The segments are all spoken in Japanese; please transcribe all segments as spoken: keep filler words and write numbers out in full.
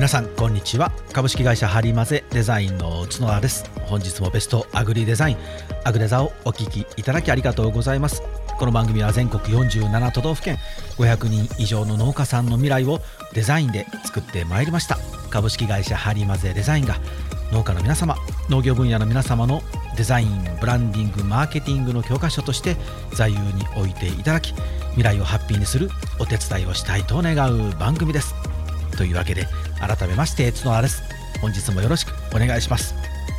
皆さんこんにちは。株式会社ハリマゼデザインの角田です。本日もベストアグリデザインアグデザをお聞きいただきありがとうございます。この番組は全国よんじゅうなな都道府県ごひゃくにん以上の農家さんの未来をデザインで作ってまいりました。株式会社ハリマゼデザインが農家の皆様、農業分野の皆様のデザイン、ブランディング、マーケティングの教科書として座右に置いていただき、未来をハッピーにするお手伝いをしたいと願う番組です。というわけで改めまして角田です。本日もよろしくお願いします。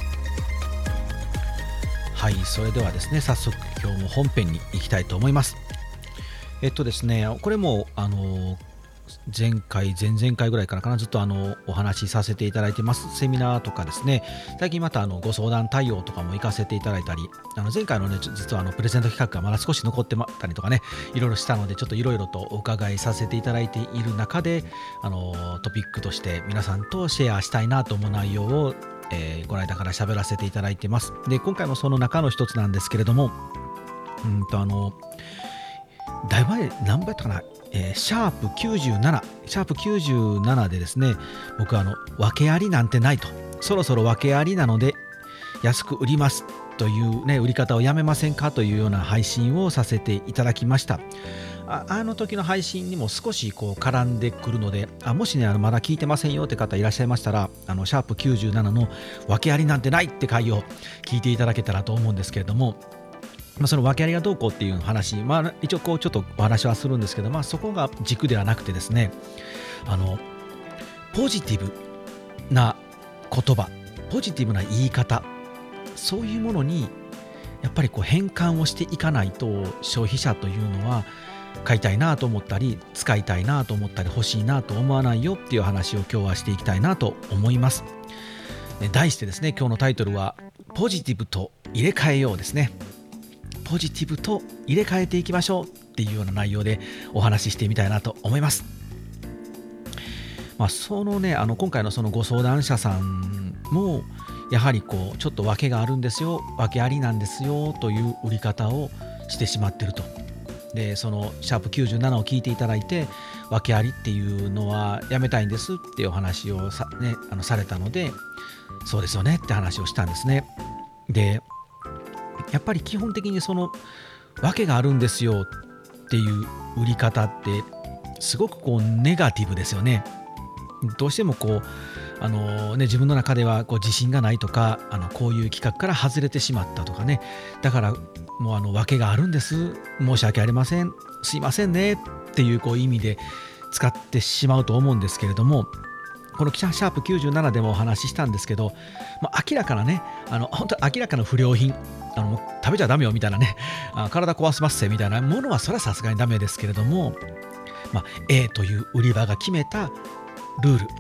はい、それではですね、早速今日も本編に行きたいと思います。えっとですねこれもあの前回前々回ぐらいからかな、ずっとあのお話しさせていただいてます。セミナーとかですね、最近またあのご相談対応とかも行かせていただいたり、あの前回のね実はあのプレゼント企画がまだ少し残ってたりとかね、いろいろしたのでちょっといろいろとお伺いさせていただいている中で、あのトピックとして皆さんとシェアしたいなと思う内容を、えー、この間から喋らせていただいてます。で今回もその中の一つなんですけれども、うんとあのだいぶ前何倍やったかな、えー、シャープきゅうじゅうななシャープきゅうじゅうななでですね、僕はあの訳ありなんてないと、そろそろ訳ありなので安く売りますというね、売り方をやめませんかというような配信をさせていただきました。あ, あの時の配信にも少しこう絡んでくるので、あもしねあのまだ聞いてませんよって方いらっしゃいましたら、あのシャープきゅうじゅうななの訳ありなんてないって回を聞いていただけたらと思うんですけれども、まあ、その訳ありがどうこうっていう話、まあ、一応こうちょっとお話はするんですけど、まあ、そこが軸ではなくてですね、あのポジティブな言葉、ポジティブな言い方、そういうものにやっぱりこう変換をしていかないと、消費者というのは買いたいなと思ったり使いたいなと思ったり欲しいなと思わないよっていう話を今日はしていきたいなと思います。題してですね、今日のタイトルはポジティブと入れ替えようですね。ポジティブと入れ替えていきましょうっていうような内容でお話ししてみたいなと思います。まあ、そのねあの今回のそのご相談者さんもやはりこうちょっと訳があるんですよ、訳ありなんですよという売り方をしてしまってると。でそのシャープきゅうじゅうななを聞いていただいて、訳ありっていうのはやめたいんですっていうお話を さ,、ね、あのされたので、そうですよねって話をしたんですね。でやっぱり基本的にその訳があるんですよっていう売り方ってすごくこうネガティブですよね。どうしてもこうあの、ね、自分の中ではこう自信がないとか、あのこういう企画から外れてしまったとかね、だからもうあの訳があるんです、申し訳ありません、すいませんねっていうこう意味で使ってしまうと思うんですけれども、このシャープきゅうじゅうななでもお話ししたんですけど、まあ、明らかなね、あの本当明らかな不良品、あの食べちゃダメよみたいなね、あ体壊しますせみたいなものはそれはさすがにダメですけれども、まあ、A という売り場が決めたルール、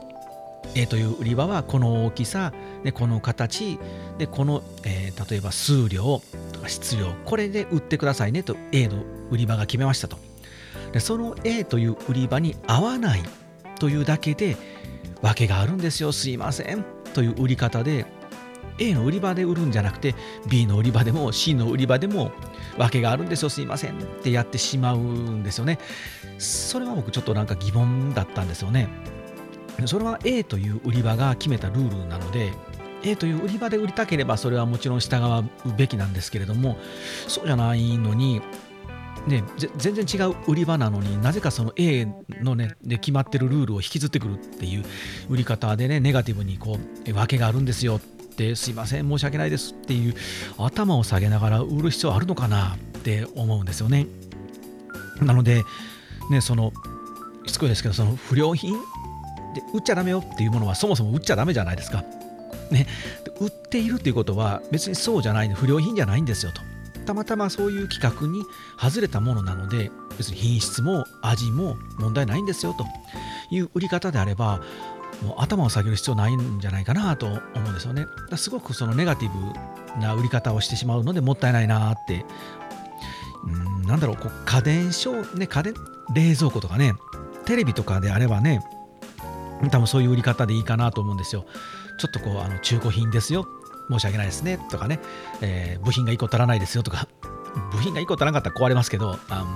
A という売り場はこの大きさでこの形でこの、えー、例えば数量とか質量、これで売ってくださいねと A の売り場が決めましたと。でその A という売り場に合わないというだけで訳があるんですよ、すいませんという売り方で A の売り場で売るんじゃなくて B の売り場でも C の売り場でも訳があるんですよ、すいませんってやってしまうんですよね。それは僕ちょっとなんか疑問だったんですよね。それは A という売り場が決めたルールなので、 A という売り場で売りたければそれはもちろん従うべきなんですけれども、そうじゃないのにね、全然違う売り場なのになぜかその A のねで決まってるルールを引きずってくるっていう売り方でね、ネガティブにこう訳があるんですよってすいません申し訳ないですっていう頭を下げながら売る必要あるのかなって思うんですよね。なのでね、そのしつこいですけど、その不良品で売っちゃダメよっていうものはそもそも売っちゃダメじゃないですか、ね、売っているっていうことは別にそうじゃない、不良品じゃないんですよと。たまたまそういう企画に外れたものなので、別に品質も味も問題ないんですよという売り方であれば、もう頭を下げる必要ないんじゃないかなと思うんですよね。だからすごくそのネガティブな売り方をしてしまうのでもったいないなって。うーんなんだろう、こう家電商、ね、家電冷蔵庫とかね、テレビとかであればね、多分そういう売り方でいいかなと思うんですよ。ちょっとこうあの中古品ですよ、申し訳ないですねとかね、えー、部品がいっこ足らないですよとか、部品がいっこ足らなかったら壊れますけど、あ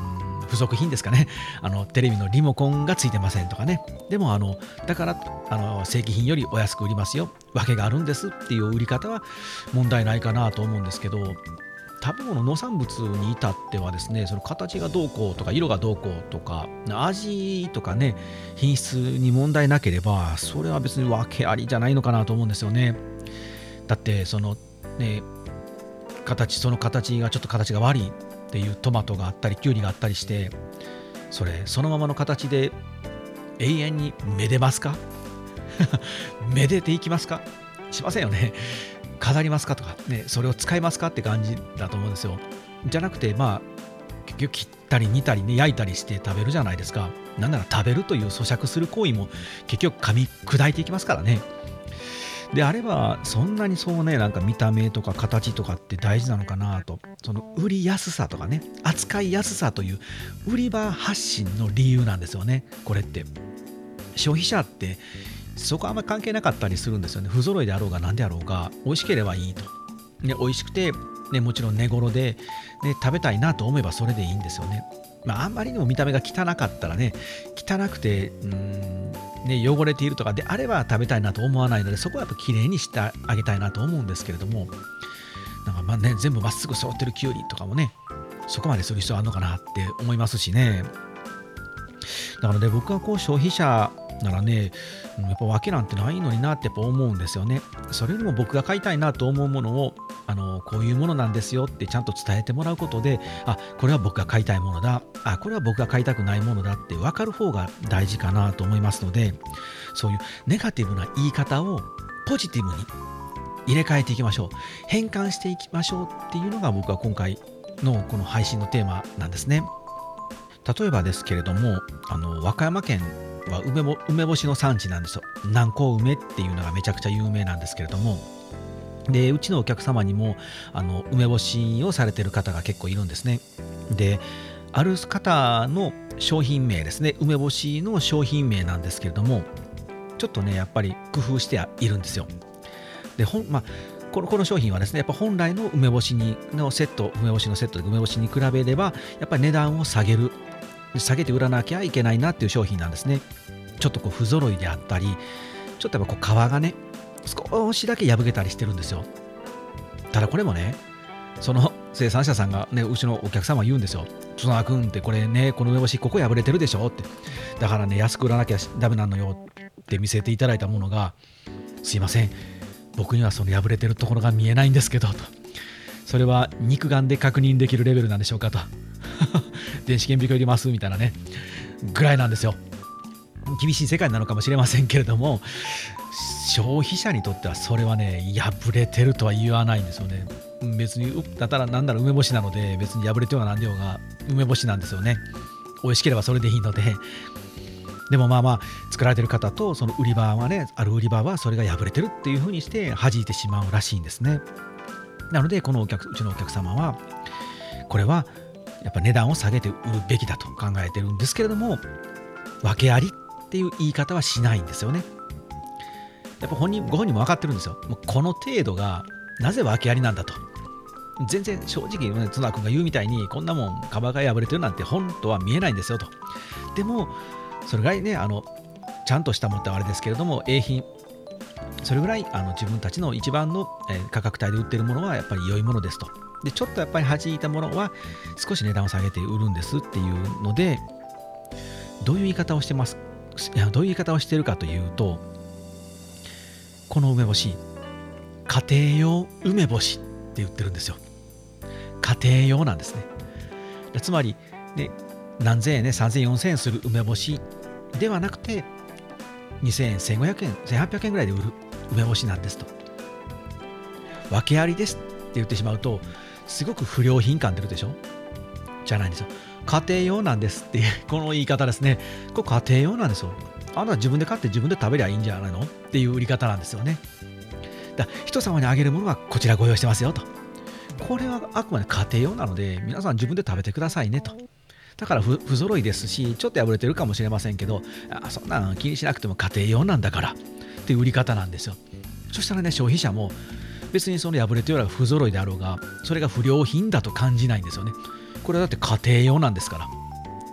付属品ですかね。あのテレビのリモコンがついてませんとかね。でもあのだからあの正規品よりお安く売りますよ、訳があるんですっていう売り方は問題ないかなと思うんですけど、食べ物農産物に至ってはですね、その形がどうこうとか色がどうこうとか味とかね、品質に問題なければそれは別に訳ありじゃないのかなと思うんですよね。だってそのね、形その形がちょっと形が悪いっていうトマトがあったりキュウリがあったりして、それそのままの形で永遠にめでますかめでていきますか、しませんよね。飾りますかとかね、それを使いますかって感じだと思うんですよ。じゃなくて、まあ結局切ったり煮たりね、焼いたりして食べるじゃないですか。なんなら食べるという咀嚼する行為も結局噛み砕いていきますからね。であればそんなにそうね、なんか見た目とか形とかって大事なのかなと。その売りやすさとかね、扱いやすさという売り場発信の理由なんですよね、これって。消費者ってそこはあんまり関係なかったりするんですよね。不揃いであろうが何であろうが美味しければいいと。で美味しくて、ね、もちろん値頃で、ね、食べたいなと思えばそれでいいんですよね。まあ、あんまりにも見た目が汚かったらね、汚くてうーん、ね、汚れているとかであれば食べたいなと思わないので、そこはやっぱきれいにしてあげたいなと思うんですけれども、なんかまあ、ね、全部まっすぐ育ってるキュウリとかもね、そこまでする必要あるのかなって思いますしね。だからね、僕はこう消費者ならね、やっぱ訳なんてないのになってやっぱ思うんですよね。それよりも僕が買いたいなと思うものを、あのこういうものなんですよってちゃんと伝えてもらうことで、あ、これは僕が買いたいものだ、あ、これは僕が買いたくないものだって分かる方が大事かなと思いますので、そういうネガティブな言い方をポジティブに入れ替えていきましょう。変換していきましょうっていうのが僕は今回のこの配信のテーマなんですね。例えばですけれども、あの和歌山県は梅ぼ梅干しの産地なんですよ。南高梅っていうのがめちゃくちゃ有名なんですけれども、でうちのお客様にもあの梅干しをされてる方が結構いるんですね。である方の商品名ですね、梅干しの商品名なんですけれども、ちょっとねやっぱり工夫しているんですよ。でほん、まあこの、この商品はですね、やっぱ本来の梅干しにのセット、梅干しのセットで梅干しに比べればやっぱり値段を下げる下げて売らなきゃいけないなっていう商品なんですね。ちょっとこう不揃いであったり、ちょっとやっぱこう皮がね少しだけ破けたりしてるんですよ。ただこれもね、その生産者さんがね、うちのお客様は言うんですよ。津田君ってこれね、この梅干しここ破れてるでしょって。だからね、安く売らなきゃダメなのよって見せていただいたものが、すいません、僕にはその破れてるところが見えないんですけどと。それは肉眼で確認できるレベルなんでしょうかと。電子顕微鏡いりますみたいなね、ぐらいなんですよ。厳しい世界なのかもしれませんけれども、消費者にとってはそれはね、破れてるとは言わないんですよね。別にだったらなんなら梅干しなので、別に破れてようがなんでようが梅干しなんですよね。美味しければそれでいいので。でもまあまあ作られてる方とその売り場はね、ある売り場はそれが破れてるっていう風にして弾いてしまうらしいんですね。なのでこのお客うちのお客様はこれはやっぱ値段を下げて売るべきだと考えてるんですけれども、訳ありっていう言い方はしないんですよね。やっぱ本人ご本人も分かってるんですよ。もうこの程度がなぜ訳ありなんだと。全然正直ね、津田君が言うみたいにこんなもん皮が破れてるなんて本当は見えないんですよと。でもそれぐらいね、あのちゃんとしたもんってあれですけれども A 品、それぐらいあの自分たちの一番の、えー価格帯で売ってるものはやっぱり良いものですと。でちょっとやっぱり弾いたものは少し値段を下げて売るんですっていうので、どういう言い方をしてますいやどういう言い方をしているかというと、この梅干し家庭用梅干しって言ってるんですよ。家庭用なんですね。つまり、ね、何千円ね、さんぜんえんよんせんえんする梅干しではなくてにせんえんせんごひゃくえんせんはっぴゃくえんぐらいで売る梅干しなんですと。訳ありですって言ってしまうとすごく不良品感出るでしょ。じゃないんですよ。家庭用なんですっていうこの言い方ですね。これ家庭用なんですよ。あなた自分で買って自分で食べりゃいいんじゃないのっていう売り方なんですよね。だ人様にあげるものはこちらご用意してますよと。これはあくまで家庭用なので皆さん自分で食べてくださいねと。だから 不, 不揃いですし、ちょっと破れてるかもしれませんけど、あそんなん気にしなくても家庭用なんだからっていう売り方なんですよ。そしたらね、消費者も別にその破れてようが不揃いであろうがそれが不良品だと感じないんですよね。これはだって家庭用なんですから。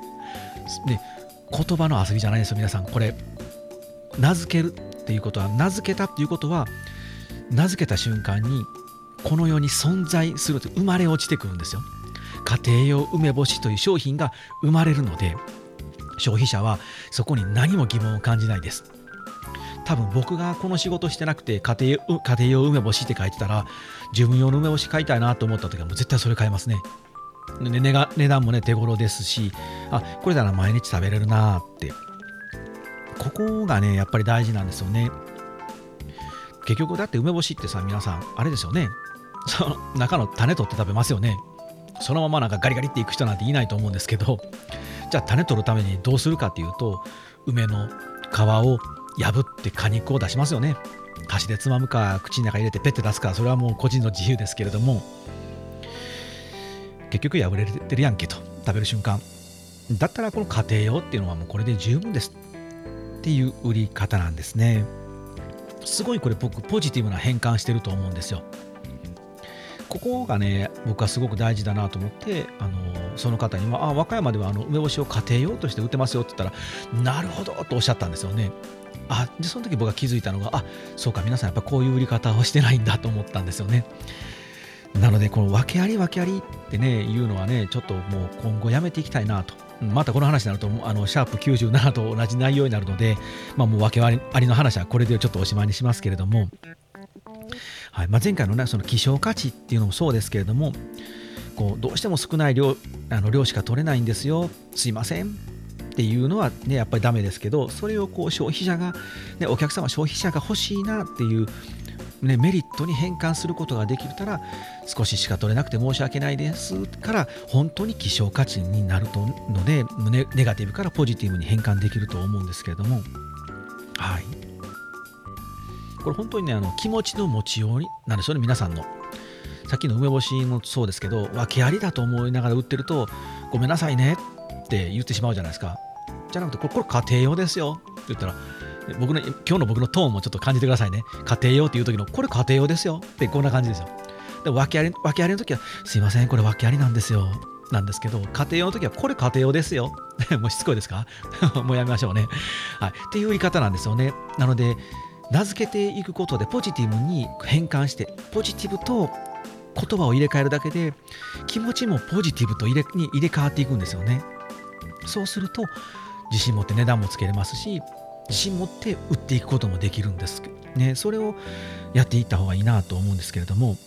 で言葉の遊びじゃないですよ皆さん。これ名付けるっていうことは、名付けたっていうことは、名付けた瞬間にこの世に存在すると生まれ落ちてくるんですよ。家庭用梅干しという商品が生まれるので、消費者はそこに何も疑問を感じないです。多分僕がこの仕事してなくて家庭、家庭用梅干しって書いてたら、自分用の梅干し買いたいなと思った時はもう絶対それ買いますね。で値が値段もね手頃ですし、あ、これなら毎日食べれるなって、ここがねやっぱり大事なんですよね。結局だって梅干しってさ、皆さんあれですよね、その中の種取って食べますよね。そのままなんかガリガリっていく人なんていないと思うんですけど、じゃあ種取るためにどうするかっていうと、梅の皮を破って果肉を出しますよね。箸でつまむか口の中入れてペッて出すか、それはもう個人の自由ですけれども、結局破れてるやんけと、食べる瞬間だったらこの家庭用っていうのはもうこれで十分ですっていう売り方なんですね。すごいこれ僕ポジティブな変換してると思うんですよ。ここがね僕はすごく大事だなと思って、あのその方には、あ、和歌山ではあの梅干しを家庭用として売ってますよって言ったら、なるほどとおっしゃったんですよね。あでその時僕が気づいたのが、あ、そうか、皆さんやっぱこういう売り方をしてないんだと思ったんですよね。なのでこの訳あり訳ありってね言うのはね、ちょっともう今後やめていきたいなと。またこの話になるとあのシャープきゅうじゅうななと同じ内容になるので、まあ、もう訳ありありの話はこれでちょっとおしまいにしますけれども、はい、まあ、前回のねその希少価値っていうのもそうですけれども、こうどうしても少ない量あの量しか取れないんですよ、すいませんっていうのはねやっぱりダメですけど、それをこう消費者が、ね、お客様消費者が欲しいなっていう、ね、メリットに変換することができたら、少ししか取れなくて申し訳ないですから本当に希少価値になるとので、ネネガティブからポジティブに変換できると思うんですけれども、はい、これ本当にねあの気持ちの持ちようになんですよね。皆さんのさっきの梅干しもそうですけど、訳ありだと思いながら売ってると、ごめんなさいねって言ってしまうじゃないですか。じゃなくて、これ、これ家庭用ですよって言ったら、僕の今日の僕のトーンもちょっと感じてくださいね。家庭用っていう時の、これ家庭用ですよってこんな感じですよ。で訳あり訳ありの時は、すいませんこれ訳ありなんですよなんですけど、家庭用の時はこれ家庭用ですよもうしつこいですかもうやめましょうね、はい、っていう売り方なんですよね。なので名付けていくことでポジティブに変換して、ポジティブと言葉を入れ替えるだけで気持ちもポジティブと入れに入れ替わっていくんですよね。そうすると自信持って値段もつけれますし、自信持って売っていくこともできるんですね。それをやっていった方がいいなと思うんですけれども、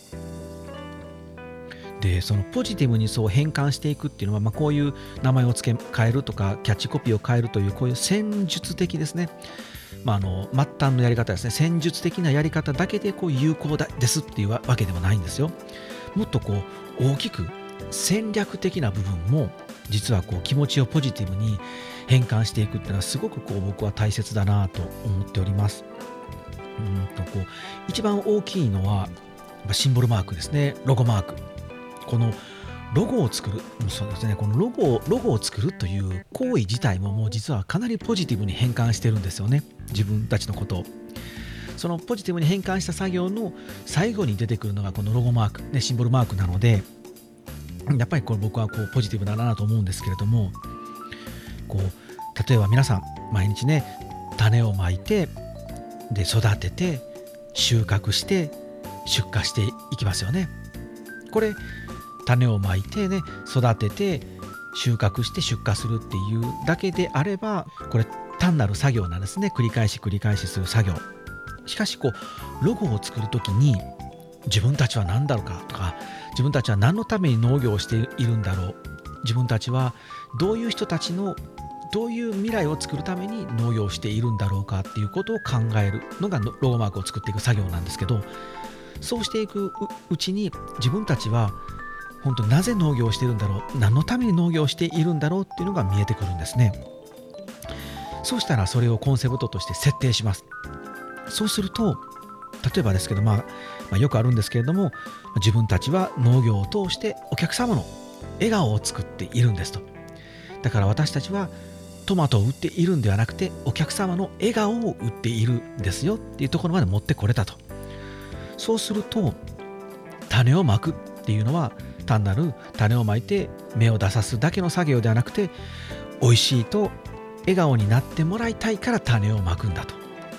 でそのポジティブにそう変換していくっていうのは、まあ、こういう名前を付け変えるとかキャッチコピーを変えるというこういう戦術的ですね、まあ、あの末端のやり方ですね、戦術的なやり方だけでこう有効だですっていうわけではないんですよ。もっとこう大きく戦略的な部分も実はこう気持ちをポジティブに変換していくっていうのはすごくこう僕は大切だなと思っております。うんとこう一番大きいのはシンボルマークですね、ロゴマーク。このロゴを作る、そうですね、このロゴロゴを作るという行為自体ももう実はかなりポジティブに変換してるんですよね、自分たちのことを。そのポジティブに変換した作業の最後に出てくるのがこのロゴマーク、ね、シンボルマークなので、やっぱりこれ僕はこうポジティブだなと思うんですけれども、こう例えば皆さん毎日ね種をまいて、で育てて収穫して出荷していきますよね。これ種をまいてね育てて収穫して出荷するっていうだけであれば、これ単なる作業なんですね。繰り返し繰り返しする作業。しかしこうロゴを作るときに、自分たちは何だろうかとか、自分たちは何のために農業をしているんだろう、自分たちはどういう人たちのどういう未来を作るために農業をしているんだろうかっていうことを考えるのがロゴマークを作っていく作業なんですけど、そうしていくうちに自分たちは本当になぜ農業をしているんだろう、何のために農業をしているんだろうっていうのが見えてくるんですね。そうしたらそれをコンセプトとして設定します。そうすると例えばですけど、まあ、まあよくあるんですけれども、自分たちは農業を通してお客様の笑顔を作っているんですと。だから私たちはトマトを売っているんではなくて、お客様の笑顔を売っているんですよっていうところまで持ってこれたと。そうすると種をまくっていうのは単なる種をまいて芽を出さすだけの作業ではなくて、 美味しいと笑顔になってもらいたいから種をまくんだと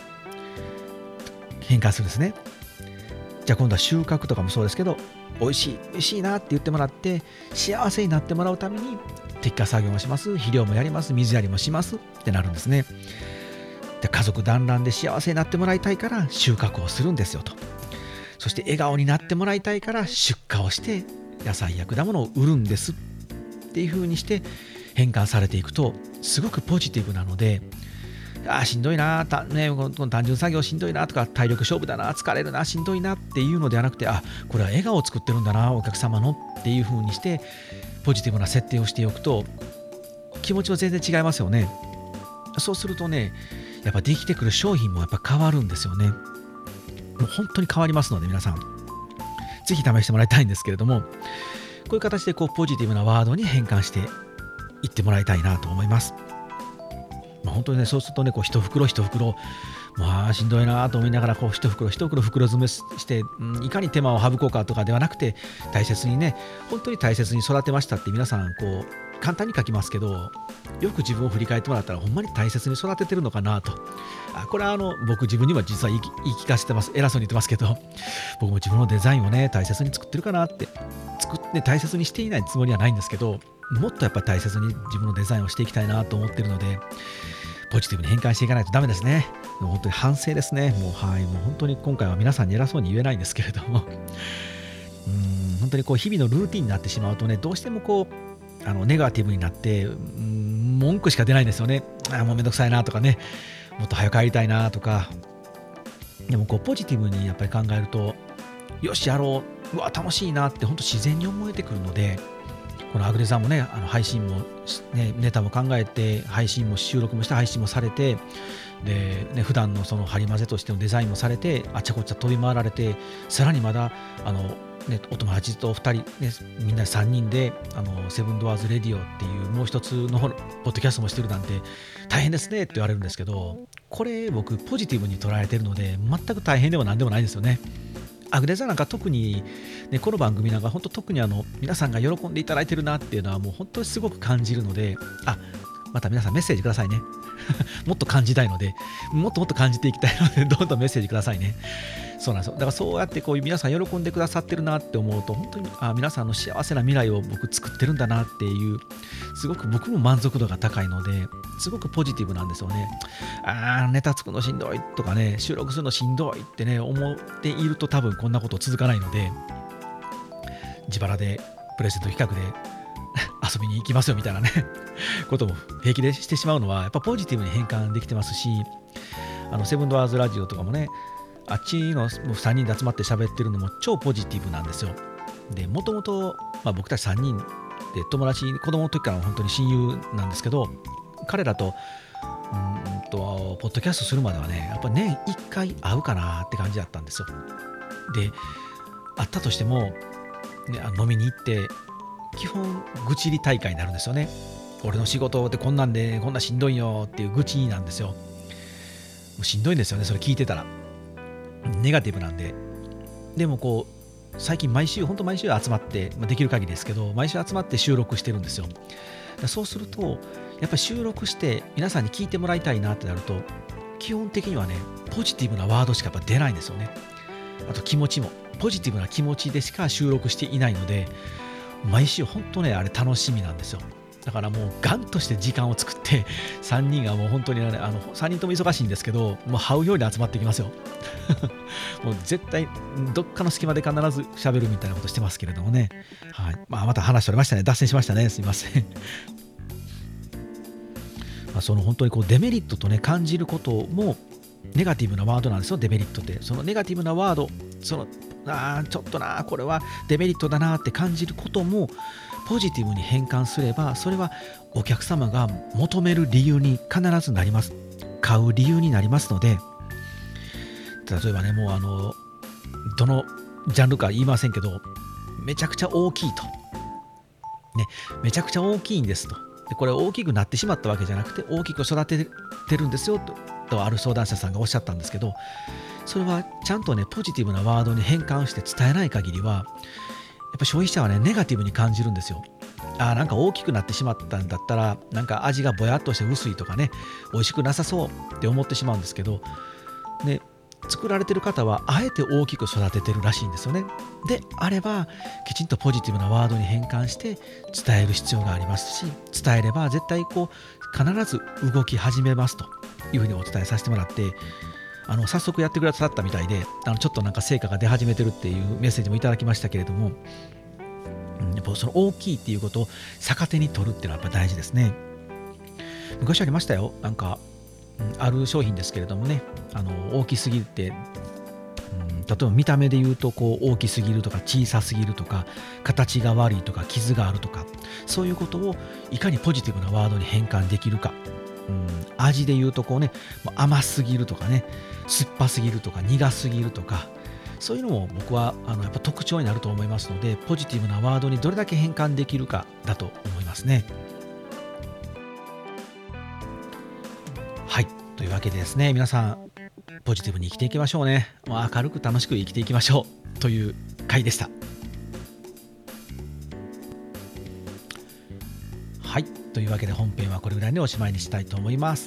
変換するんですね。じゃあ今度は収穫とかもそうですけど、美味しい美味しいなって言ってもらって幸せになってもらうために摘果作業もします、肥料もやります、水やりもしますってなるんですね。で家族団らんで幸せになってもらいたいから収穫をするんですよと。そして笑顔になってもらいたいから出荷をして野菜や果物を売るんですっていう風にして変換されていくとすごくポジティブなので、あーしんどいなた、ね、この単純作業しんどいなとか体力勝負だな疲れるなしんどいなっていうのではなくて、あこれは笑顔を作ってるんだなお客様のっていう風にしてポジティブな設定をしておくと気持ちは全然違いますよね。そうするとねやっぱできてくる商品もやっぱ変わるんですよね。もう本当に変わりますので皆さんぜひ試してもらいたいんですけれども、こういう形でこうポジティブなワードに変換していってもらいたいなと思います。まあ、本当にねそうするとねこう一袋一袋まあしんどいなと思いながらこう一袋一袋袋詰めして、うん、いかに手間を省こうかとかではなくて大切にね本当に大切に育てましたって皆さんこう簡単に書きますけど、よく自分を振り返ってもらったらほんまに大切に育ててるのかなと。あこれはあの僕自分には実は言い言い聞かせてます、偉そうに言ってますけど、僕も自分のデザインをね大切に作ってるかなって作って大切にしていないつもりはないんですけど、もっとやっぱり大切に自分のデザインをしていきたいなと思ってるのでポジティブに変換していかないとダメですね。もう本当に反省ですね。もうはいもう本当に今回は皆さんに偉そうに言えないんですけれどもうーん本当にこう日々のルーティンになってしまうとねどうしてもこうあのネガティブになってうん文句しか出ないんですよね。あもうめんどくさいなとかね、もっと早く帰りたいなとか。でもこうポジティブにやっぱり考えるとよしやろう、うわ楽しいなって本当自然に思えてくるので、このアグレさんもねあの配信も、ね、ネタも考えて配信も収録もして配信もされてで、ね、普段のその張り混ぜとしてのデザインもされてあっちゃこっちゃ飛び回られて、さらにまだあのね、お友達とふたり、ね、みんなさんにんであのセブンドアーズレディオっていうもう一つのポッドキャストもしてるなんて大変ですねって言われるんですけど、これ僕ポジティブに捉えてるので全く大変でも何でもないですよね。アグレザなんか特に、ね、この番組なんか本当特にあの皆さんが喜んでいただいてるなっていうのはもう本当にすごく感じるので、あまた皆さんメッセージくださいねもっと感じたいのでもっともっと感じていきたいのでどんどんメッセージくださいね。そうなんですよ。だからそうやってこう皆さん喜んでくださってるなって思うと本当にあ皆さんの幸せな未来を僕作ってるんだなっていうすごく僕も満足度が高いのですごくポジティブなんですよね。あーネタ作るのしんどいとかね収録するのしんどいってね思っていると多分こんなこと続かないので、自腹でプレゼント企画で遊びに行きますよみたいなねことも平気でしてしまうのはやっぱポジティブに変換できてますし、あのセブンドアーズラジオとかもねあっちのさんにんで集まって喋ってるのも超ポジティブなんですよ。でもともと僕たちさんにんで友達子供の時から本当に親友なんですけど、彼らとうんとポッドキャストするまではねやっぱ年いっかい会うかなって感じだったんですよ。で会ったとしても、ね、飲みに行って基本愚痴り大会になるんですよね。俺の仕事ってこんなんでこんなしんどいよっていう愚痴なんですよ。もうしんどいんですよねそれ聞いてたら。ネガティブなんで。でもこう最近毎週本当毎週集まってできる限りですけど毎週集まって収録してるんですよ。そうするとやっぱり収録して皆さんに聞いてもらいたいなってなると基本的にはねポジティブなワードしかやっぱ出ないんですよね。あと気持ちもポジティブな気持ちでしか収録していないので毎週本当ねあれ楽しみなんですよ。だからもうガンとして時間を作ってさんにんがもう本当に、ね、あのさんにんとも忙しいんですけどもう這うように集まってきますよもう絶対どっかの隙間で必ず喋るみたいなことしてますけれどもね、はいまあ、また話取れましたね、脱線しましたね、すいませんまあその本当にこうデメリットとね感じることもネガティブなワードなんですよ。デメリットってそのネガティブなワードそのあちょっとなこれはデメリットだなって感じることもポジティブに変換すればそれはお客様が求める理由に必ずなります。買う理由になりますので、例えばねもうあのどのジャンルか言いませんけどめちゃくちゃ大きいとねめちゃくちゃ大きいんですと。でこれ大きくなってしまったわけじゃなくて大きく育ててるんですよととある相談者さんがおっしゃったんですけど、それはちゃんとねポジティブなワードに変換して伝えない限りはやっぱ消費者はねネガティブに感じるんですよ。 あなんか大きくなってしまったんだったらなんか味がぼやっとして薄いとかね美味しくなさそうって思ってしまうんですけど、ね、作られてる方はあえて大きく育ててるらしいんですよね。であればきちんとポジティブなワードに変換して伝える必要がありますし、伝えれば絶対こう必ず動き始めますというふうにお伝えさせてもらって、あの早速やってくださったみたいで、あのちょっとなんか成果が出始めてるっていうメッセージもいただきましたけれども、うん、やっぱその大きいっていうことを逆手に取るっていうのはやっぱ大事ですね。昔ありましたよ。なんか、うん、ある商品ですけれどもね、あの大きすぎて、うん、例えば見た目で言うとこう大きすぎるとか小さすぎるとか形が悪いとか傷があるとか、そういうことをいかにポジティブなワードに変換できるか。うん、味で言うとこうね、甘すぎるとかね、酸っぱすぎるとか苦すぎるとか、そういうのも僕はあのやっぱ特徴になると思いますので、ポジティブなワードにどれだけ変換できるかだと思いますね。はい、というわけでですね、皆さんポジティブに生きていきましょうね。もう明るく楽しく生きていきましょうという回でした。はい、というわけで本編はこれぐらいでおしまいにしたいと思います。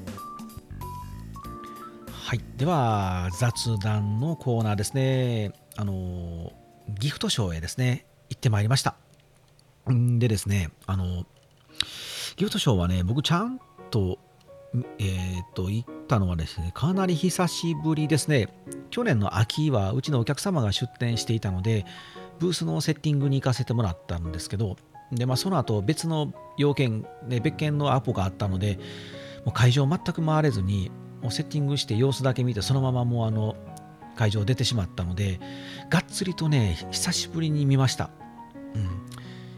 はい、では雑談のコーナーですね。あのギフトショーへですね行ってまいりました。んでですね、あのギフトショーはね、僕ちゃんとえー、と行ったのはですね、かなり久しぶりですね。去年の秋はうちのお客様が出店していたので、ブースのセッティングに行かせてもらったんですけど、でまあ、その後別の要件、ね、別件のアポがあったので、もう会場全く回れずに、もうセッティングして様子だけ見て、そのままもうあの会場出てしまったので、がっつりとね、久しぶりに見ました。うん、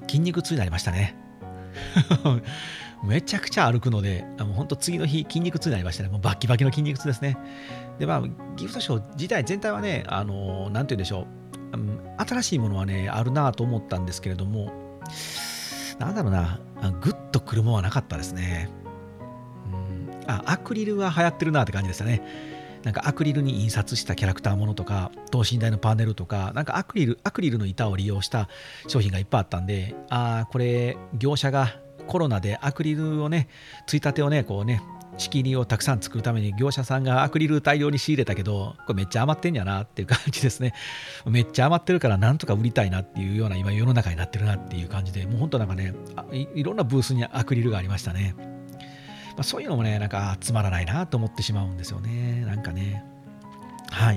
筋肉痛になりましたね。めちゃくちゃ歩くので、もう本当次の日筋肉痛になりましたね。もうバッキバキの筋肉痛ですね。で、まあ、ギフトショー自体全体はね、あのー、なんて言うんでしょう、うん、新しいものはね、あるなと思ったんですけれども、なんだろうな、グッとくるものはなかったですね。うん、あ、アクリルは流行ってるなって感じでしたね。なんかアクリルに印刷したキャラクターものとか、等身大のパネルとか、なんかアクリル、アクリルの板を利用した商品がいっぱいあったんで、ああ、これ、業者がコロナでアクリルをね、ついたてをね、こうね、仕切りをたくさん作るために業者さんがアクリル大量に仕入れたけど、これめっちゃ余ってんやなっていう感じですね。めっちゃ余ってるからなんとか売りたいなっていうような今世の中になってるなっていう感じで、もう本当なんかね、い, いろんなブースにアクリルがありましたね。まあ、そういうのもね、なんかつまらないなと思ってしまうんですよね。なんかね。はい。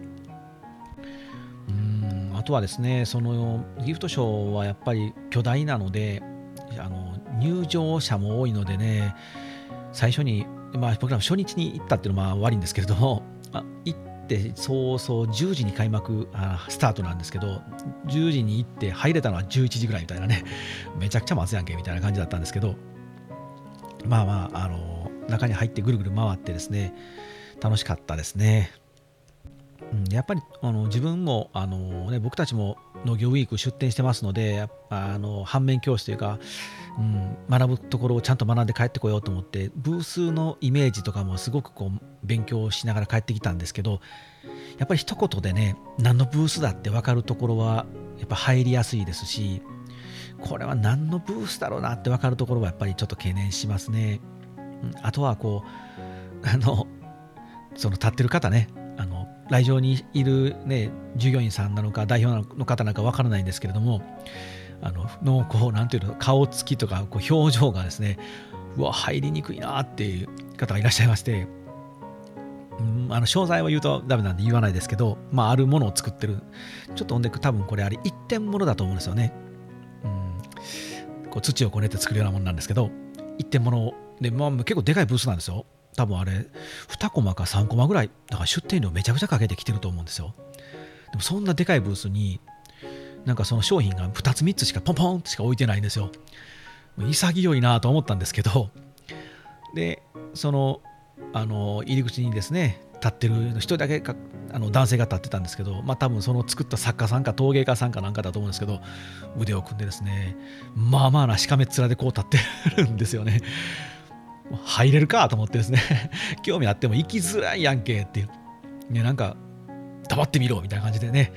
うーん、あとはですね、そのギフトショーはやっぱり巨大なので、あの入場者も多いのでね、最初に、まあ、僕ら初日に行ったっていうのはまあ悪いんですけれども、あ行って早々じゅうじに開幕あスタートなんですけど、じゅうじに行って入れたのはじゅういちじぐらいみたいなね、めちゃくちゃ待つやんけみたいな感じだったんですけど、まあまあ、あの中に入ってぐるぐる回ってですね、楽しかったですね。うん、やっぱりあの自分もあの、ね、僕たちも農業ウィーク出店してますので、あの反面教師というか、うん、学ぶところをちゃんと学んで帰ってこようと思って、ブースのイメージとかもすごくこう勉強しながら帰ってきたんですけど、やっぱり一言でね、何のブースだって分かるところはやっぱ入りやすいですし、これは何のブースだろうなって分かるところはやっぱりちょっと懸念しますね。うん、あとはこうあのその立ってる方ね、あの来場にいる、ね、従業員さんなのか代表の方なんか分からないんですけれども、あののこうなんていうの、顔つきとかこう表情がですね、うわ入りにくいなっていう方がいらっしゃいまして、うん、あの商材は言うとダメなんで言わないですけど、まあ、あるものを作ってる、ちょっとほんで多分これあれ一点物だと思うんですよね。うん、こう土をこねて作るようなものなんですけど、一点物で、まあ、結構でかいブースなんですよ。多分あれにコマかさんコマぐらいだから出店料めちゃくちゃかけてきてると思うんですよ。でもそんなでかいブースになんかその商品がふたつみっつしかポンポンしか置いてないんですよ。潔いなと思ったんですけど、でそのあの入り口にですね立ってる一人だけかあの男性が立ってたんですけど、まあ多分その作った作家さんか陶芸家さんかなんかだと思うんですけど、腕を組んでですね、まあまあなしかめっ面でこう立ってるんですよね。入れるかと思ってですね興味あっても行きづらいやんけっていう、ね、なんか黙ってみろみたいな感じでね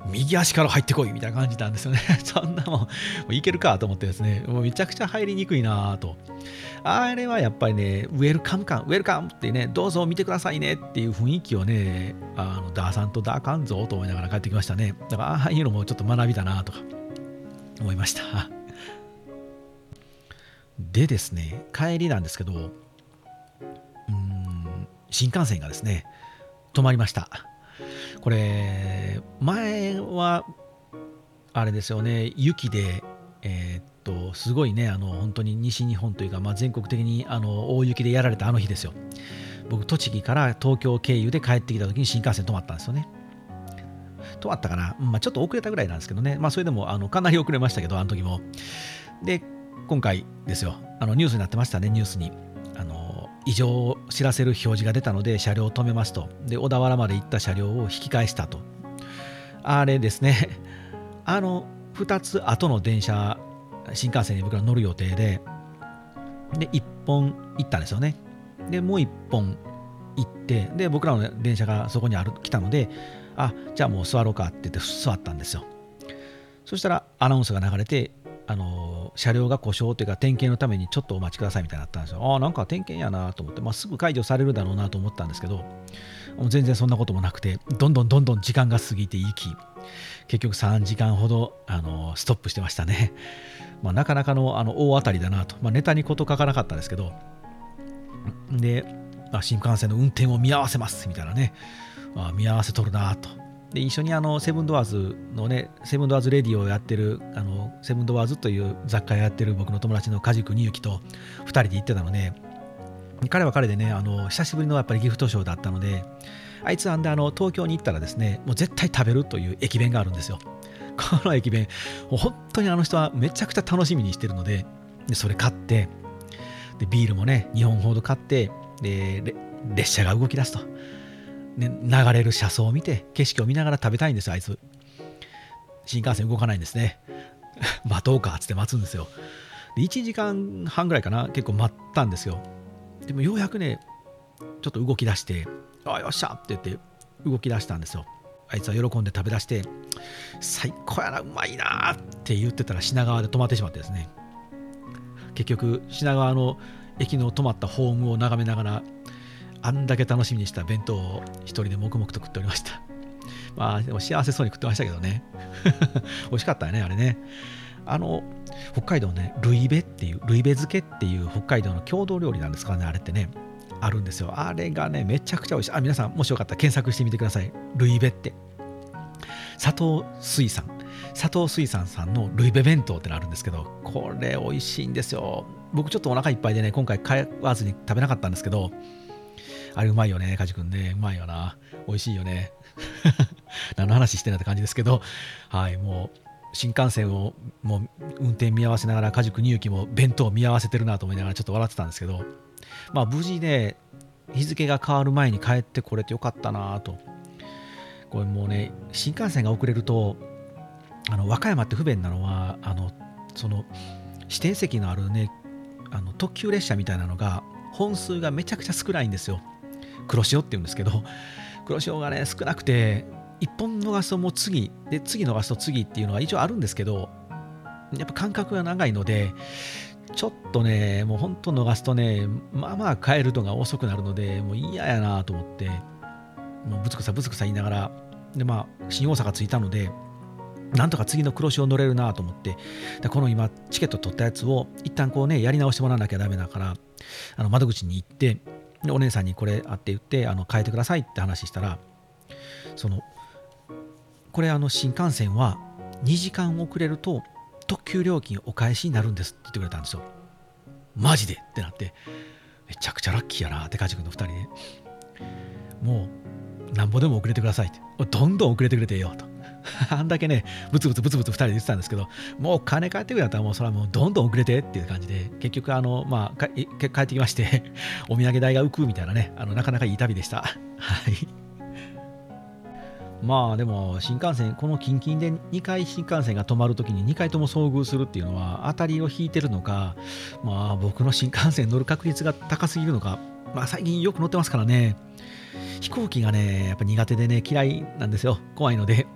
右足から入ってこいみたいな感じなんですよね。そんなもん、もういけるかと思ってですね、もうめちゃくちゃ入りにくいなと。あれはやっぱりね、ウェルカム感、ウェルカムってね、どうぞ見てくださいねっていう雰囲気をね、あのダーさんとダーカンぞと思いながら帰ってきましたね。だからああいうのもちょっと学びだなとか思いました。でですね、帰りなんですけど、うーん、新幹線がですね、止まりました。これ、前は、あれですよね、雪で、えーっと、すごいね、あの、本当に西日本というか、まあ、全国的にあの大雪でやられたあの日ですよ。僕、栃木から東京経由で帰ってきた時に新幹線止まったんですよね。止まったかな、まあ、ちょっと遅れたぐらいなんですけどね、まあ、それでもあのかなり遅れましたけど、あの時も。で、今回ですよ、あのニュースになってましたね、ニュースに。あの異常を知らせる表示が出たので、車両を止めますと。で、小田原まで行った車両を引き返したと。あれですね、あのふたつ後の電車、新幹線に僕ら乗る予定で、で、いっぽん行ったんですよね。で、もういっぽん行って、で、僕らの電車がそこにある来たので、あ、じゃあもう座ろうかって言って座ったんですよ。そしたらアナウンスが流れて、あの車両が故障というか点検のためにちょっとお待ちくださいみたいになったんですよ。ああ、なんか点検やなと思って、まあ、すぐ解除されるだろうなと思ったんですけど、もう全然そんなこともなくて、どんどんどんどん時間が過ぎていき、結局さんじかんほどあのストップしてましたね。まあ、なかなかの、あの大当たりだなと、まあ、ネタに事書かなかったんですけど、で、あ、新幹線の運転を見合わせますみたいなね、あ、見合わせとるなと。で、一緒にあのセブンドアーズのね、セブンドアーズレディをやってる、あのセブンドアーズという雑貨屋やってる僕の友達の梶国之とふたりで行ってたので、彼は彼でね、あの久しぶりのやっぱりギフトショーだったので、あいつあんであの東京に行ったらですね、もう絶対食べるという駅弁があるんですよ。この駅弁、もう本当にあの人はめちゃくちゃ楽しみにしてるので、でそれ買って、でビールもね、にほんほど買って、で列車が動き出すと。ね、流れる車窓を見て景色を見ながら食べたいんですよ、あいつ。新幹線動かないんですね。待とうかっつって待つんですよ。でいちじかんはんぐらいかな、結構待ったんですよ。でもようやくね、ちょっと動き出して、あ、よっしゃって言って動き出したんですよ。あいつは喜んで食べ出して、最高やな、うまいなって言ってたら品川で止まってしまってですね、結局品川の駅の止まったホームを眺めながら、あんだけ楽しみにした弁当を一人で黙々と食っておりました。まあでも幸せそうに食ってましたけどね。美味しかったよね、あれね。あの北海道ね、ルイベっていう、ルイベ漬けっていう北海道の郷土料理なんですかね、あれってね、あるんですよ。あれがね、めちゃくちゃ美味しい。あ、皆さんもしよかったら検索してみてください。ルイベって。佐藤水産。佐藤水産さんのルイベ弁当ってのあるんですけど、これ美味しいんですよ。僕ちょっとお腹いっぱいでね、今回買わずに食べなかったんですけど、あれうまいよね、カジ君ね。うまいよな。美味しいよね。何の話してんだって感じですけど、はい、もう新幹線をもう運転見合わせながら、カジ国行も弁当を見合わせてるなと思いながらちょっと笑ってたんですけど、まあ無事ね、日付が変わる前に帰ってこれてよかったなと。これもうね、新幹線が遅れると、あの和歌山って不便なのは、あのその指定席のあるね、あの特急列車みたいなのが本数がめちゃくちゃ少ないんですよ。黒潮って言うんですけど、黒潮がね少なくて、いっぽん逃すともう次で、次逃すと次っていうのは一応あるんですけど、やっぱ間隔が長いので、ちょっとね、もう本当逃すとね、まあまあ帰るのが遅くなるので、もう嫌やなと思って、もうぶつくさぶつくさ言いながら、でまあ新大阪着いたので、なんとか次の黒潮乗れるなと思って、でこの今チケット取ったやつを一旦こうね、やり直してもらわなきゃダメだから、あの窓口に行って、でお姉さんにこれあって言って、あの変えてくださいって話したら、そのこれあの新幹線はにじかん遅れると特急料金お返しになるんですって言ってくれたんですよ。マジでってなって、めちゃくちゃラッキーやなって、カジ君のふたりで、もうなんぼでも遅れてくださいって、どんどん遅れてくれてよと。あんだけね、ブツブツブツブツふたりで言ってたんですけど、もう金返ってくれたらもうそれはもうどんどん遅れてっていう感じで、結局あのまあ帰ってきましてお土産代が浮くみたいなね、あのなかなかいい旅でした。はい。まあでも新幹線、この近々でにかい新幹線が止まるときににかいとも遭遇するっていうのは当たりを引いてるのか、まあ僕の新幹線乗る確率が高すぎるのか、まあ最近よく乗ってますからね。飛行機がね、やっぱ苦手でね、嫌いなんですよ。怖いので。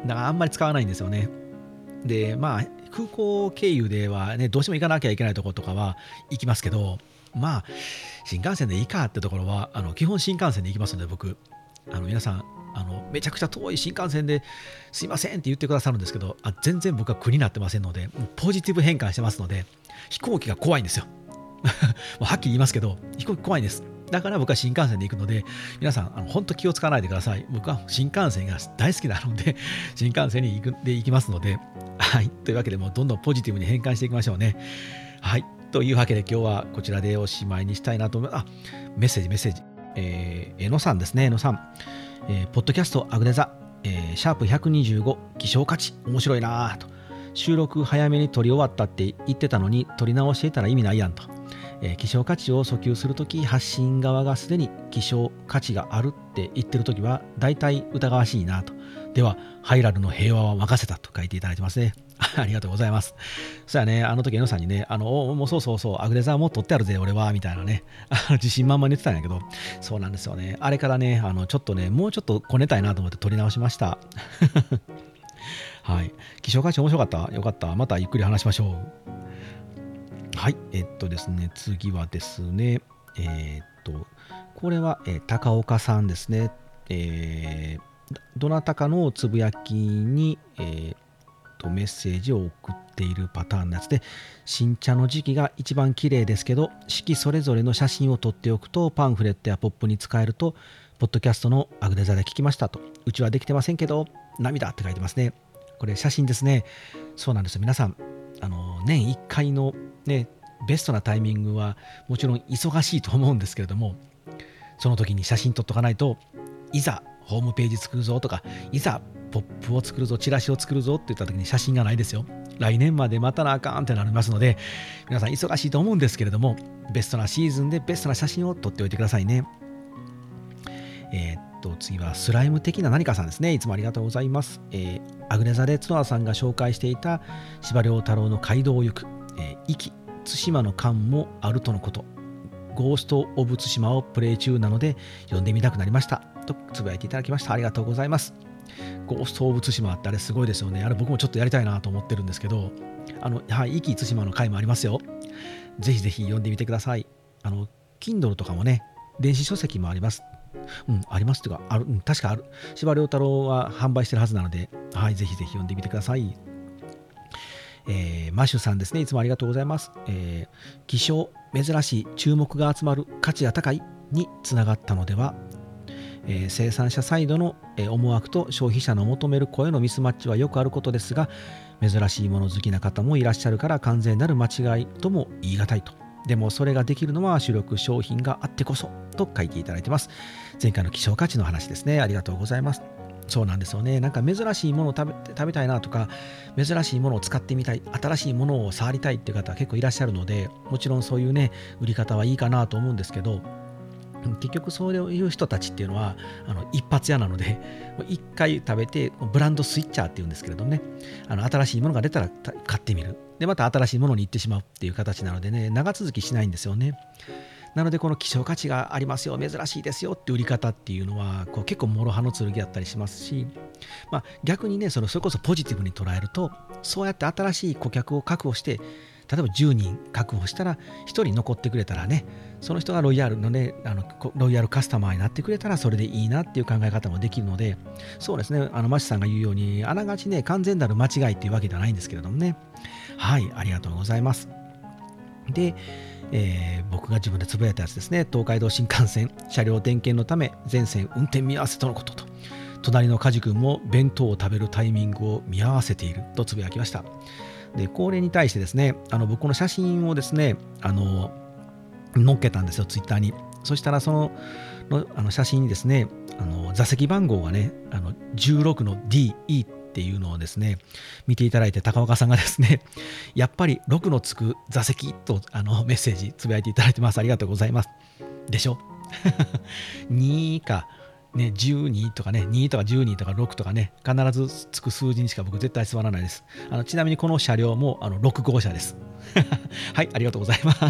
だからあんまり使わないんですよね。で、まあ、空港経由ではね、どうしても行かなきゃいけないところとかは行きますけど、まあ、新幹線でいいかってところは、あの基本新幹線で行きますので、僕、あの皆さん、あのめちゃくちゃ遠い新幹線ですいませんって言ってくださるんですけど、あ全然僕は苦になってませんので、ポジティブ変換してますので、飛行機が怖いんですよ。もうはっきり言いますけど、飛行機怖いんです。だから僕は新幹線で行くので、皆さん、あの本当気をつかないでください。僕は新幹線が大好きなので、新幹線に行くで行きますので、はい。というわけで、もうどんどんポジティブに変換していきましょうね。はい。というわけで、今日はこちらでおしまいにしたいなと思います。あ、メッセージ、メッセージ。えー、えのさんですね、えのさん。えー、ポッドキャストアグネザ、えー、シャープひゃくにじゅうご、希少価値、面白いなぁと。収録早めに撮り終わったって言ってたのに、撮り直していたら意味ないやんと。えー、希少価値を訴求するとき、発信側がすでに希少価値があるって言ってるときは、大体疑わしいなと。では、ハイラルの平和は任せたと書いていただいてますね。ありがとうございます。そうやね、あの時、えのさんにね、あの、もうそうそうそう、アグレザーもう撮ってあるぜ、俺は、みたいなね、あの自信満々に言ってたんやけど、そうなんですよね。あれからね、あの、ちょっとね、もうちょっとこねたいなと思って撮り直しました。はい。希少価値面白かったよかった。またゆっくり話しましょう。はい。えっとですね、次はですね、えー、っと、これは、えー、高岡さんですね。えーどなたかのつぶやきに、えー、とメッセージを送っているパターンのやつで、新茶の時期が一番綺麗ですけど、四季それぞれの写真を撮っておくとパンフレットやポップに使えると、ポッドキャストのアグネザで聞きましたと。うちはできてませんけど、涙って書いてますね。これ写真ですね。そうなんですよ。皆さん、あの年いっかいのね、ベストなタイミングはもちろん忙しいと思うんですけれども、その時に写真撮っとかないと、いざホームページ作るぞとか、いざポップを作るぞ、チラシを作るぞって言った時に写真がないですよ。来年まで待たなあかんってなりますので、皆さん忙しいと思うんですけれども、ベストなシーズンでベストな写真を撮っておいてくださいね。えー、っと、次はスライム的な何かさんですね。いつもありがとうございます。えー、アグネザで角田さんが紹介していた司馬遼太郎の街道を行く、えー、壱岐、対馬の間もあるとのこと。ゴースト・オブ・ツシマをプレイ中なので読んでみたくなりましたとつぶやいていただきました。ありがとうございます。ゴースト・オブ・ツシマってあれすごいですよね。あれ僕もちょっとやりたいなと思ってるんですけど、あの、はい、壱岐・対馬の回もありますよ。ぜひぜひ読んでみてください。あの、Kindle とかもね、電子書籍もあります。うん、ありますというか、ある、うん、確かある。司馬遼太郎は販売してるはずなので、はい、ぜひぜひ読んでみてください。えー、マシュさんですね。いつもありがとうございます。えー、希少、珍しい、注目が集まる、価値が高いにつながったのでは、えー、生産者サイドの思惑と消費者の求める声のミスマッチはよくあることですが、珍しいもの好きな方もいらっしゃるから完全なる間違いとも言い難いと。でもそれができるのは主力商品があってこそと書いていただいてます。前回の希少価値の話ですね。ありがとうございます。そうなんですよね。なんか珍しいものを食べ、食べたいなとか、珍しいものを使ってみたい、新しいものを触りたいっていう方は結構いらっしゃるので、もちろんそういうね、売り方はいいかなと思うんですけど、結局そういう人たちっていうのはあの一発屋なので、一回食べてブランドスイッチャーっていうんですけれどもね、あの新しいものが出たら買ってみる。で、また新しいものに行ってしまうっていう形なのでね、長続きしないんですよね。なのでこの希少価値がありますよ、珍しいですよって売り方っていうのはこう結構諸刃の剣だったりしますし、まあ、逆にね、そのそれこそポジティブに捉えると、そうやって新しい顧客を確保して、例えばじゅうにん確保したらひとり残ってくれたらね、その人がロイヤルのね、あのロイヤルカスタマーになってくれたらそれでいいなっていう考え方もできるので、そうですね、あのマシさんが言うようにあながちね、完全なる間違いっていうわけではないんですけれどもね。はい、ありがとうございます。で、えー、僕が自分でつぶやいたやつですね。東海道新幹線車両点検のため全線運転見合わせとのことと、隣の梶君も弁当を食べるタイミングを見合わせているとつぶやきました。で、これに対してですね、あの僕の写真をですね、あの載っけたんですよ、ツイッターに。そしたらそののあの写真にですね、あの座席番号がね、あのじゅうろくの ディーイー っていうのをですね、見ていただいて、高岡さんがですね、やっぱりろくのつく座席とあのメッセージつぶやいていただいてます。ありがとうございます。でしょにかね、じゅうにとかね、にとかじゅうにとかろくとかね、必ずつく数字にしか僕絶対座らないです。あのちなみにこの車両もあのろく号車です。はい、ありがとうございます。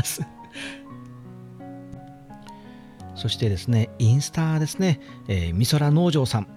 そしてですね、インスタですね、えー、みそら農場さん。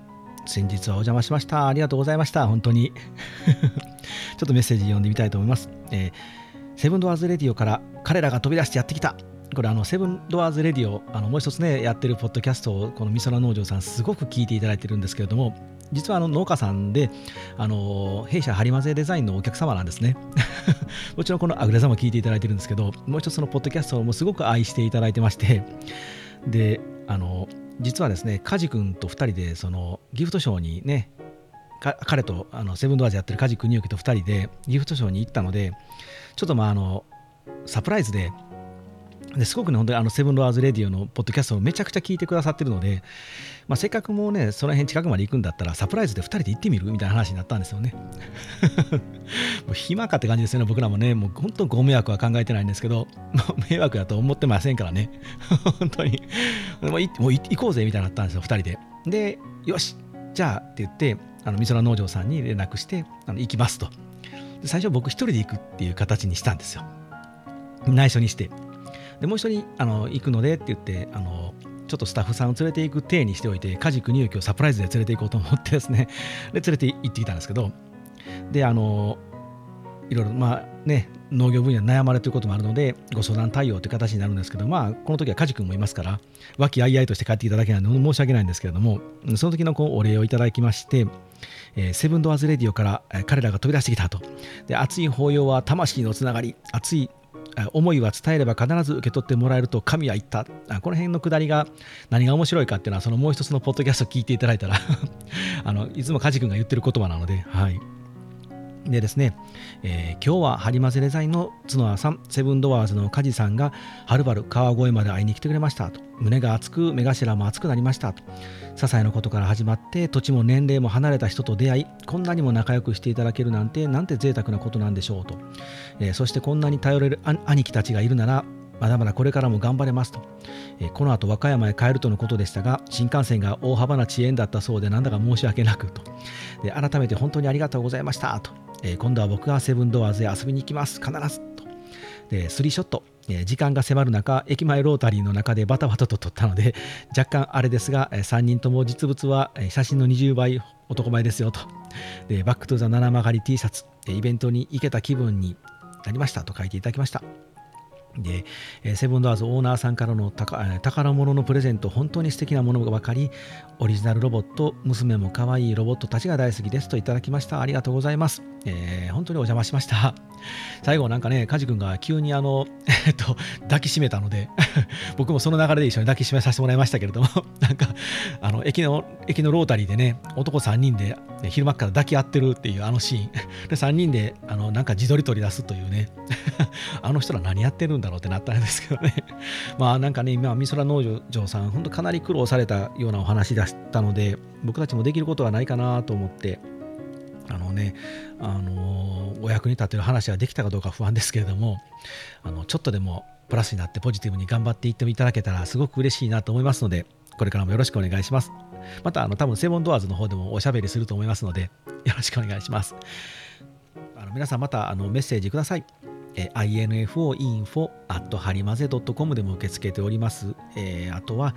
先日はお邪魔しました。ありがとうございました。本当に。ちょっとメッセージ読んでみたいと思います。えー、セブンドアーズレディオから彼らが飛び出してやってきた。これあのセブンドアーズレディオ、あのもう一つねやってるポッドキャストをこのみそら農場さんすごく聞いていただいてるんですけれども、実はあの農家さんであの弊社ハリマゼデザインのお客様なんですね。もちろんこのアグレザも聞いていただいてるんですけど、もう一つのポッドキャストもすごく愛していただいてまして、であの実はですねカジ君とふたりでそのギフトショーにね、彼とあのセブンドアーズやってるカジ君にゆきとふたりでギフトショーに行ったので、ちょっとまああのサプライズでですごくね本当にあのセブンドアーズレディオのポッドキャストをめちゃくちゃ聞いてくださってるので、まあ、せっかくもうねその辺近くまで行くんだったらサプライズでふたりで行ってみるみたいな話になったんですよね。もう暇かって感じですよね。僕らもねもう本当にご迷惑は考えてないんですけど、もう迷惑だと思ってませんからね。本当にもういもう行こうぜみたいになったんですよふたりで。でよしじゃあって言ってあのみそら農場さんに連絡してあの行きますと。で最初僕一人で行くっていう形にしたんですよ、内緒にして。でもう一人あの行くのでって言ってあのちょっとスタッフさんを連れて行く体にしておいて、カジ君にゆきをサプライズで連れて行こうと思ってですね、で連れて行ってきたんですけど、であのいろいろまあね農業分野で悩まれていることもあるのでご相談対応という形になるんですけど、まあこの時はカジ君もいますから和気あいあいとして帰っていただけないので申し訳ないんですけれども、その時のこうお礼をいただきまして、えー、セブンドアーズレディオから、えー、彼らが飛び出してきたと。で熱い抱擁は魂のつながり、熱い思いは伝えれば必ず受け取ってもらえると神は言った。あこの辺のくだりが何が面白いかっていうのはそのもう一つのポッドキャスト聞いていただいたらあのいつもカジ君が言ってる言葉なので、はいでですね、えー、今日はハリマゼデザインの角川さん、セブンドアーズの梶さんがはるばる川越まで会いに来てくれましたと。胸が熱く目頭も熱くなりましたと。些細なことから始まって土地も年齢も離れた人と出会い、こんなにも仲良くしていただけるなんてなんて贅沢なことなんでしょうと、えー、そしてこんなに頼れる兄貴たちがいるならまだまだこれからも頑張れますと、えー、この後和歌山へ帰るとのことでしたが、新幹線が大幅な遅延だったそうでなんだか申し訳なくと。で改めて本当にありがとうございましたと、えー、今度は僕がセブンドアーズへ遊びに行きます必ずと。でスリーショット、えー、時間が迫る中駅前ロータリーの中でバタバタと撮ったので若干あれですが、えー、さんにんとも実物は、えー、写真のにじゅうばい男前ですよと。でバックトゥザ七曲り T シャツ、えー、イベントに行けた気分になりましたと書いていただきました。でセブンドアーズオーナーさんからの宝物のプレゼント、本当に素敵なものが分かり、オリジナルロボット、娘も可愛いロボットたちが大好きですといただきました。ありがとうございます。えー、本当にお邪魔しました。最後なんかね、カジ君が急にあの、えっと、抱きしめたので僕もその流れで一緒に抱きしめさせてもらいましたけれどもなんかあの駅の駅のロータリーでね、男さんにんで昼間から抱き合ってるっていうあのシーンでさんにんであのなんか自撮り取り出すというねあの人ら何やってるんだろうってなったんですけどねまあなんかね、今みそら農場さん本当かなり苦労されたようなお話だったので、僕たちもできることはないかなと思って、あのね、あのお役に立てる話ができたかどうか不安ですけれども、あのちょっとでもプラスになってポジティブに頑張っていっていただけたらすごく嬉しいなと思いますので、これからもよろしくお願いします。またあの多分セブンドアーズの方でもおしゃべりすると思いますのでよろしくお願いします。あの皆さんまたあのメッセージください。えー、インフォ インフォ アット ハリマゼ ドット コム でも受け付けております。えー、あとは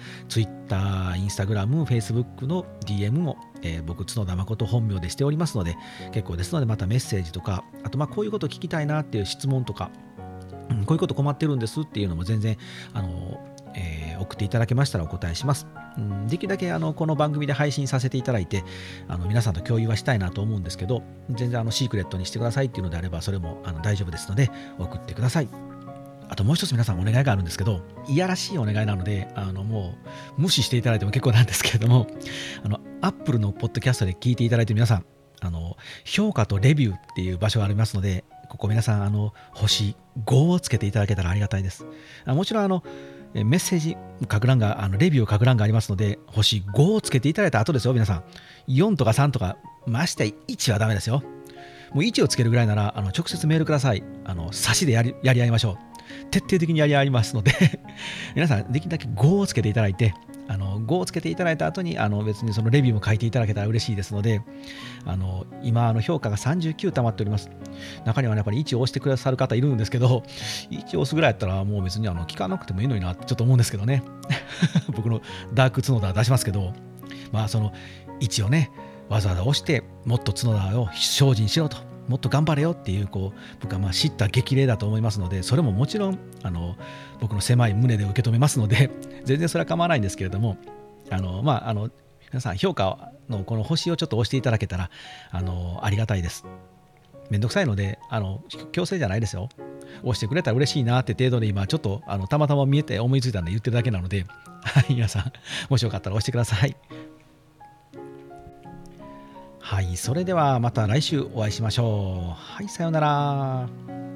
Twitter、Instagram、Facebook の ディーエム も、えー、僕角田誠本名でしておりますので結構ですので、またメッセージとか、あとまあこういうこと聞きたいなっていう質問とか、うん、こういうこと困ってるんですっていうのも全然あの、えー、送っていただけましたらお答えします。うん、できるだけあのこの番組で配信させていただいてあの皆さんと共有はしたいなと思うんですけど、全然あのシークレットにしてくださいっていうのであればそれもあの大丈夫ですので送ってください。あともう一つ皆さんお願いがあるんですけど、いやらしいお願いなのであのもう無視していただいても結構なんですけれども、あの Apple のポッドキャストで聞いていただいて皆さんあの評価とレビューっていう場所がありますので、ここ皆さんあの星ごをつけていただけたらありがたいです。あもちろんあのメッセージ書く欄があのレビューを書く欄がありますので、星ごをつけていただいた後ですよ。皆さんよんとかさんとかましていちはダメですよ。もういちをつけるぐらいならあの直接メールください。あの差しでやり、やり合いましょう。徹底的にやり合いますので皆さんできるだけごをつけていただいて、あのごをつけていただいた後にあの別にそのレビューも書いていただけたら嬉しいですので、あの今あの評価がさんじゅうきゅう溜まっております。中には、ね、やっぱりいちを押してくださる方いるんですけど、いちを押すぐらいやったらもう別にあの聞かなくてもいいのになってちょっと思うんですけどね僕のダーク角田出しますけど、 まあそのいちをねわざわざ押してもっと角田を精進しろと、もっと頑張れよっていう、こう僕はまあ知った激励だと思いますので、それももちろんあの僕の狭い胸で受け止めますので全然それは構わないんですけれども、あのまああの皆さん評価のこの星をちょっと押していただけたらあのありがたいです。めんどくさいのであの強制じゃないですよ。押してくれたら嬉しいなって程度で今ちょっとあのたまたま見えて思いついたんで言ってるだけなのではい、皆さんもしよかったら押してください。はい、それではまた来週お会いしましょう。はい、さようなら。